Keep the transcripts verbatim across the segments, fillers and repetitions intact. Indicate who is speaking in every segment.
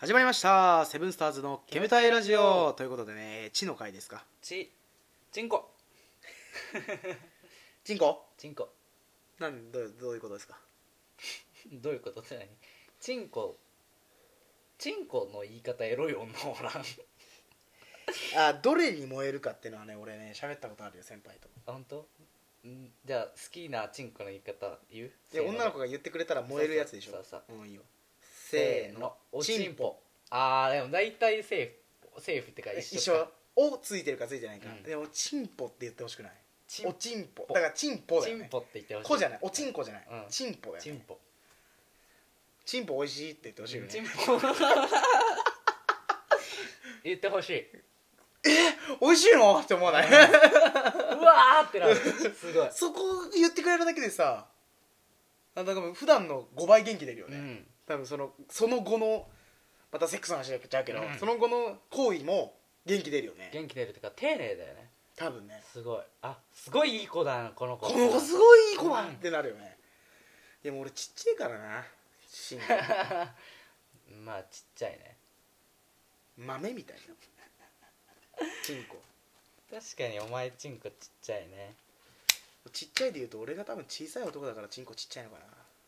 Speaker 1: 始まりましたセブンスターズの煙たいラジオということでね、地の回ですか。
Speaker 2: ちちんこ
Speaker 1: チンコ
Speaker 2: ちんこ
Speaker 1: なんどうどういうことですか。
Speaker 2: どういうことって何？ちんこちんこの言い方エロい女おらん
Speaker 1: あ、どれに燃えるかっていうのはね、俺ね喋ったことあるよ、先輩と。
Speaker 2: あ、本当？んじゃあ好きなちんこの言い方言う？
Speaker 1: いや、女の子が言ってくれたら燃えるやつでしょ。
Speaker 2: そうそう
Speaker 1: うん、いいよ。
Speaker 2: せーの、おちんぽ。あーでも大体セーフセーフってか一緒か。
Speaker 1: 一緒。おついてるかついてないか、
Speaker 2: うん、
Speaker 1: でもチンポって言ってほしくない？
Speaker 2: ちん
Speaker 1: おちんぽだからチンポだよね。
Speaker 2: チンポって言ってほしい。
Speaker 1: こじゃない、おちんこじゃない、
Speaker 2: うん、
Speaker 1: チンポだよね。
Speaker 2: チンポ
Speaker 1: チンポ美味しいって言ってほしいよね。
Speaker 2: チンポ言ってほしい。
Speaker 1: 美味しいのって思わない？
Speaker 2: うわーってなる。すごい
Speaker 1: そこ言ってくれるだけでさ、なんだか普段のごばい元気出るよね、うん、多分そのその後のまたセックスの話になっちゃうけど、うん、その後の行為も元気出るよね。
Speaker 2: 元気出るってか丁寧だよね、
Speaker 1: 多分ね。
Speaker 2: すごい、あ、すごいいい子だなこの子、
Speaker 1: この子すごいいい子だってなるよね、うん、でも俺ちっちゃいからな、シン
Speaker 2: まあちっちゃいね、
Speaker 1: 豆みたいなチンコ。
Speaker 2: 確かにお前チンコちっちゃいね。
Speaker 1: ちっちゃいで言うと俺が多分小さい男だからチンコちっちゃいのかな。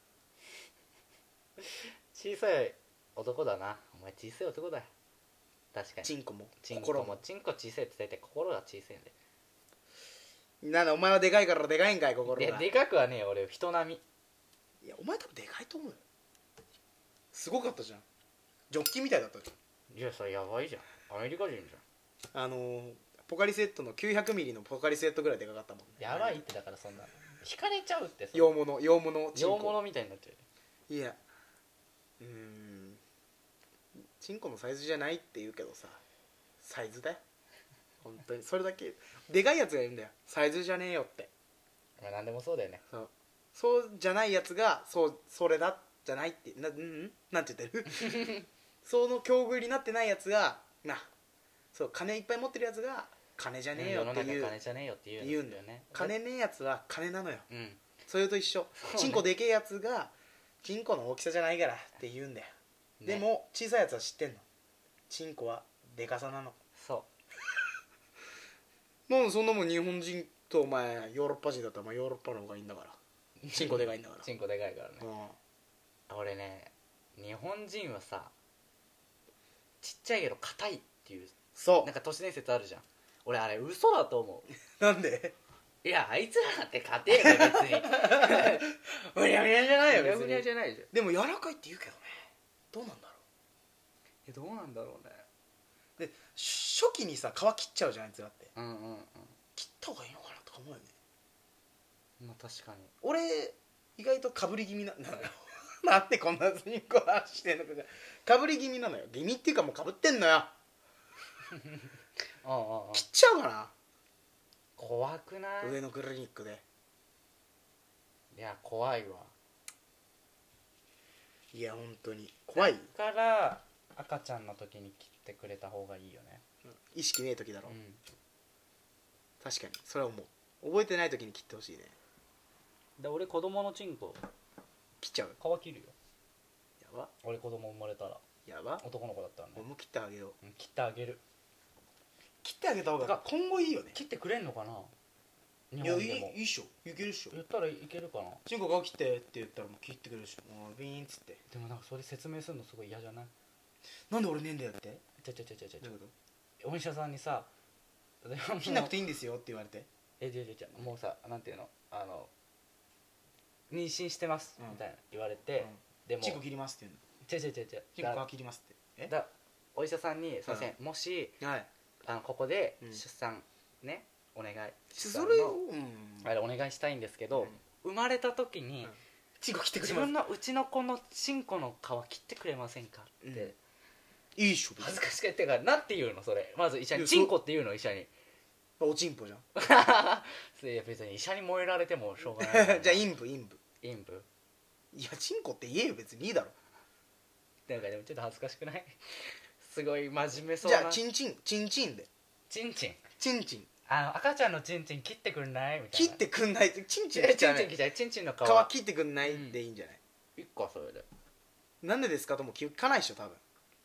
Speaker 2: 小さい男だな、お前小さい男だよ。確かに
Speaker 1: チンコも
Speaker 2: チンコもチンコ小さいって大体心が小さいんで。
Speaker 1: なんだお前はでかいからでかいんかい心が。
Speaker 2: で, でかくはねえよ俺、人並み。
Speaker 1: いやお前多分でかいと思うよ。すごかったじゃん、ジョッキみたいだったじゃん。
Speaker 2: いやそれやばいじゃん、アメリカ人じ
Speaker 1: ゃん。あのー、ポカリセットのきゅうひゃくミリのポカリセットぐらいでかかったもんね。
Speaker 2: やばいって、だからそんな引かれちゃうって。
Speaker 1: 洋物洋物
Speaker 2: チンコ洋物みたいになっちゃ
Speaker 1: う。いやうーんチンコのサイズじゃないって言うけどさ、サイズだよ本当に。それだけでかいやつがいるんだよ、サイズじゃねえよって。
Speaker 2: まあ何でもそうだよね。
Speaker 1: そうそうじゃないやつがそうそれだじゃないってな、うんなんて言ってるその境遇になってないやつがな、そう金いっぱい持ってるやつが金じゃねえよっていう、
Speaker 2: 金じゃねえよって言うんだよね。
Speaker 1: 金ねえやつは金なのよ、
Speaker 2: うん、
Speaker 1: それと一緒、ね、チンコでけえやつがチンコの大きさじゃないからって言うんだよ、ね、でも小さいやつは知ってんの、チンコはでかさなの。そうもうそんなもん日本人とお前ヨーロッパ人だったらヨーロッパの方がいいんだからチンコでかいんだから
Speaker 2: チンコでかいからね、
Speaker 1: うん、
Speaker 2: 俺ね日本人はさちっちゃいけど硬いっていう、
Speaker 1: そう
Speaker 2: なんか都市伝説あるじゃん。俺あれ嘘だと思
Speaker 1: うなんで？
Speaker 2: いやあいつらって硬えよ別に
Speaker 1: むにゃむにゃじゃないよ別に。
Speaker 2: むにゃむにゃじゃないじゃん。
Speaker 1: でも柔らかいって言うけどね、どうなんだろう。
Speaker 2: えどうなんだろうね。
Speaker 1: で初期にさ皮切っちゃうじゃんあいつらって、
Speaker 2: うんうんうん、
Speaker 1: 切った方がいいのかなとか思うよね。
Speaker 2: まあ確かに
Speaker 1: 俺意外とかぶり気味なのよなんでこんなスニッコ話してんのかじゃかぶり気味なのよ。気味っていうかもうかぶってんのよああああ切っちゃうかな。
Speaker 2: 怖くない？
Speaker 1: 上のクリニックで。
Speaker 2: いや怖いわ。
Speaker 1: いや本当に怖い
Speaker 2: だから赤ちゃんの時に切ってくれた方がいいよね、
Speaker 1: うん、意識ねえ時だろ、うん、確かにそれは思う。覚えてない時に切ってほしいね。
Speaker 2: で俺子供のチンコ
Speaker 1: 切っちゃう。
Speaker 2: 皮切るよ。
Speaker 1: やば。
Speaker 2: 俺子供生まれたら
Speaker 1: やば。
Speaker 2: 男の子だったらね。
Speaker 1: 俺も切ってあげよう、
Speaker 2: うん、切ってあげる。
Speaker 1: 切ってあげた方が今後いいよね。
Speaker 2: 切ってくれんのかな。
Speaker 1: 日本でもいやいいっしょ、いけるっしょ。
Speaker 2: 言ったらいけるかな。
Speaker 1: チンコが切ってって言ったらもう切ってくれるっしょ。もうビーンっつって。
Speaker 2: でもなんかそれ説明するのすごい嫌じゃない？
Speaker 1: なんで俺ねえんだよって。
Speaker 2: ちゃちゃちゃちゃちゃちゃお医者さんにさ
Speaker 1: 切んなくていいんですよって言われて、
Speaker 2: えじゃじゃじゃもうさなんていうの、あの妊娠してます、うん、みたいな言われて、うん、でも
Speaker 1: チンコ切りますって言うの。
Speaker 2: ちゃちゃちゃちゃ
Speaker 1: チンコが切りますって。
Speaker 2: えだお医者さんにすいません、うん、もし、はい、あのここで出産、うん、ねお願い
Speaker 1: それを、
Speaker 2: うん、あれお願いしたいんですけど、うん、生まれた時に、うん、
Speaker 1: チンコ切ってくれます。
Speaker 2: 自分のうちの子のチンコの皮切ってくれませんかって、
Speaker 1: うん、いいっしょ。
Speaker 2: 恥ずかしかったからなんて言うのそれ。まず医者にチンコって言うの医者に。
Speaker 1: おちんぽじゃん
Speaker 2: いや別に医者に燃えられてもしょうがない
Speaker 1: じゃあ陰部陰部
Speaker 2: 陰部。
Speaker 1: いやチンコって言えよ別にいいだろ。
Speaker 2: なんかでもちょっと恥ずかしくない？すごい真面目そうな。
Speaker 1: じゃあチンチンチンチンで
Speaker 2: チンチン
Speaker 1: チンチン
Speaker 2: あの赤ちゃんのチンチン切ってくんないみたいな。
Speaker 1: 切ってくんないってチンチン
Speaker 2: 切っちゃうね。チンチンの皮
Speaker 1: 皮切ってくんないでいいんじゃない？
Speaker 2: いっかそれで
Speaker 1: なんでですかとも聞かないでしょ多分。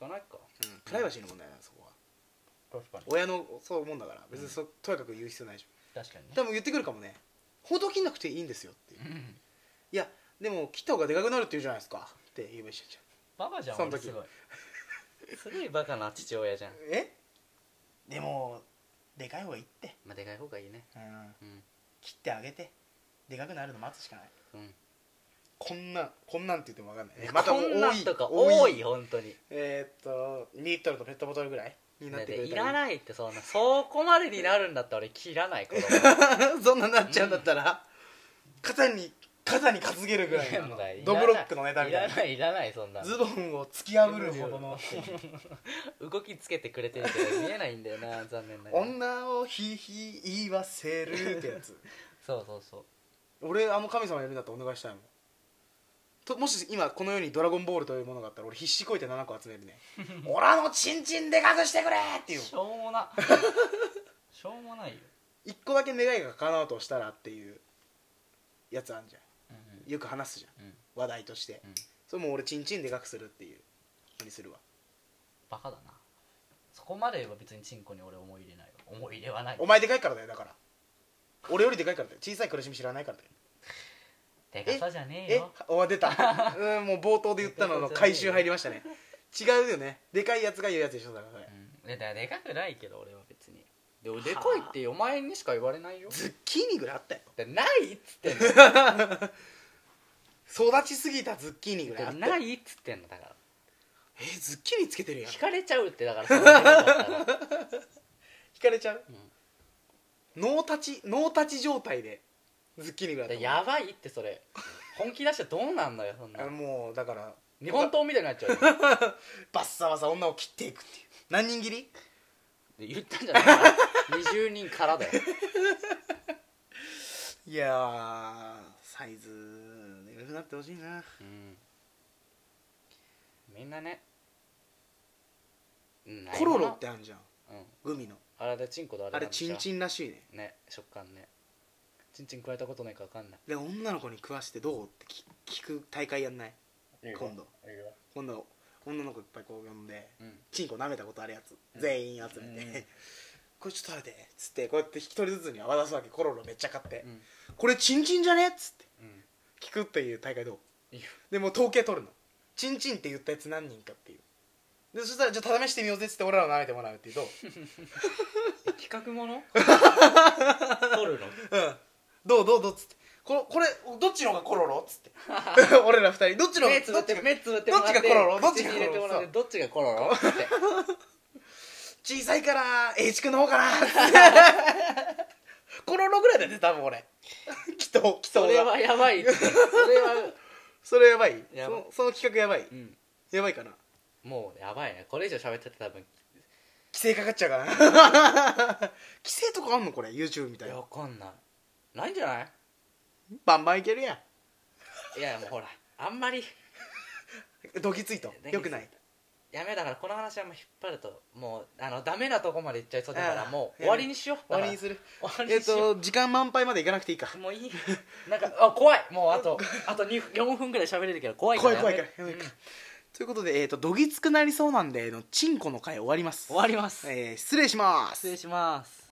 Speaker 2: かないか、
Speaker 1: うん、プライバシーの問題だなそこは。
Speaker 2: 確かに
Speaker 1: 親のそう思うんだから別にそ、うん、とにかく言う必要ないじゃん。
Speaker 2: 確かにね。
Speaker 1: 多分言ってくるかもね。報道切んなくていいんですよっていう、
Speaker 2: うん、
Speaker 1: いやでも切った方がでかくなるって言うじゃないですかって言えばいいじゃん。
Speaker 2: バカじゃん。
Speaker 1: その時
Speaker 2: すごいすごいバカな父親じゃん。
Speaker 1: えでもでかい方がいいって、
Speaker 2: まあでかい方がいいね。
Speaker 1: うん、
Speaker 2: うん、
Speaker 1: 切ってあげてでかくなるの待つしかない。
Speaker 2: うん、
Speaker 1: こんなこんなんって言っても分かんないね。
Speaker 2: またこんなんとか多い本当に。
Speaker 1: えー、っとにリットルとペットボトルぐらいになってくれたらいい。
Speaker 2: いらないってそんなそこまでになるんだったら俺切らない子供
Speaker 1: そんななっちゃうんだったら、うん、肩に肩に担げるぐらいのドブロックのネタみたいな。
Speaker 2: いらないいらないそんな
Speaker 1: ズボンを突き破るほどの
Speaker 2: 動きつけてくれてるけど見えないんだよな残念ながら。
Speaker 1: 女をひひ言わせるってやつ
Speaker 2: そうそうそう。
Speaker 1: 俺あの神様やるんだったらお願いしたいもんと。もし今この世にドラゴンボールというものがあったら俺必死こいてななこ集めるねオラのチンチンでかくしてくれっていう。
Speaker 2: しょうもなしょうもないよ。
Speaker 1: 一個だけ願いが叶うとしたらっていうやつあんじゃん、
Speaker 2: うんうん、
Speaker 1: よく話すじゃん、うん、話題として、うん、それも俺チンチンでかくするっていうのにするわ。
Speaker 2: バカだな。そこまでは別にチンコに俺思い入れないわ。思い入れはない。
Speaker 1: お前でかいからだよ。だから俺よりでかいからだよ。小さい苦しみ知らないからだよ。
Speaker 2: でかさじゃねえよ。
Speaker 1: えお出たうんもう冒頭で言ったのの回収入りましたね。違うよね。でかいやつが言うやつでしょだから、
Speaker 2: うん、で, でかくないけど俺は別に。でもでかいってお前にしか言われないよ。
Speaker 1: ズッキーニぐらいあったよ。
Speaker 2: でないっつってんの
Speaker 1: 育ちすぎたズッキーニぐらいあったよ。
Speaker 2: ないっつってんのだから。
Speaker 1: えー、ズッキーニつけてるやん。
Speaker 2: 引かれちゃうってだからその引
Speaker 1: かれちゃう、うん、ノータチノータチ状態でズッキーニぐらいだった。
Speaker 2: やばいってそれ本気出してどうなんのよそんな。
Speaker 1: もうだから
Speaker 2: 日本刀みたいになっちゃうよ
Speaker 1: バッサバサ女を切っていくっていう。何人切り
Speaker 2: 言ったんじゃないにじゅうにんからだよ
Speaker 1: いやーサイズでかくなってほしいな、うん、
Speaker 2: みんなね、
Speaker 1: うん、コロロってあるじゃん、うん、グミの
Speaker 2: あれでチンコであれ
Speaker 1: あれチンチンらしいね。
Speaker 2: ね食感ね。チンチン加えたことないか分かんない。
Speaker 1: で女の子に食わしてどうって聞く大会やんない？いい今度今度女の子いっぱいこう呼んで、うん、チンコ舐めたことあるやつ、うん、全員集めて、うん、これちょっと食べてっつってこうやって一人ずつに渡すわけ。コロロめっちゃ買って、うん、これチンチンじゃねっつって、うん、聞くっていう大会どう？いいでも統計取るの。チンチンって言ったやつ何人かっていう。でそしたらじゃあ試してみようぜっつって俺らを舐めてもらうっていうと
Speaker 2: 企画もの取るの、
Speaker 1: うん、どうどうどうっつってここれどっちのがコロロっつって俺ら二人どっちの
Speaker 2: 目つぶって目つぶって
Speaker 1: どっちがコロロどっちがコロロ
Speaker 2: どっちがコロロって
Speaker 1: 小さいから栄一君の方かなコロロぐらいだよね多分俺きっときっと
Speaker 2: それはやばいそれは
Speaker 1: それやばい
Speaker 2: やばい
Speaker 1: そ, その企画やばい、うん、やばいかな。
Speaker 2: もうやばいねこれ以上喋ってて多分
Speaker 1: 規制かかっちゃうから規制とかあんのこれ YouTube みたいな。
Speaker 2: わかんないないんじゃない？
Speaker 1: バンバンいけるや
Speaker 2: ん。いやもうほらあんまり
Speaker 1: ドキついとよくない。
Speaker 2: やめだからこの話はもう引っ張るともうあのダメなとこまでいっちゃいそうだからもう終わりにしよう。
Speaker 1: 終わりにする。えっと時間満杯までいかなくていいか。
Speaker 2: もういいなんかあ怖いもうあとあとよんぷんぐらい喋れるけど怖いから
Speaker 1: 怖い怖いからやめるか、うん、ということで、えーと、どぎつくなりそうなんでのチンコの回終わります。
Speaker 2: 終わります、
Speaker 1: えー、失礼します。
Speaker 2: 失礼します。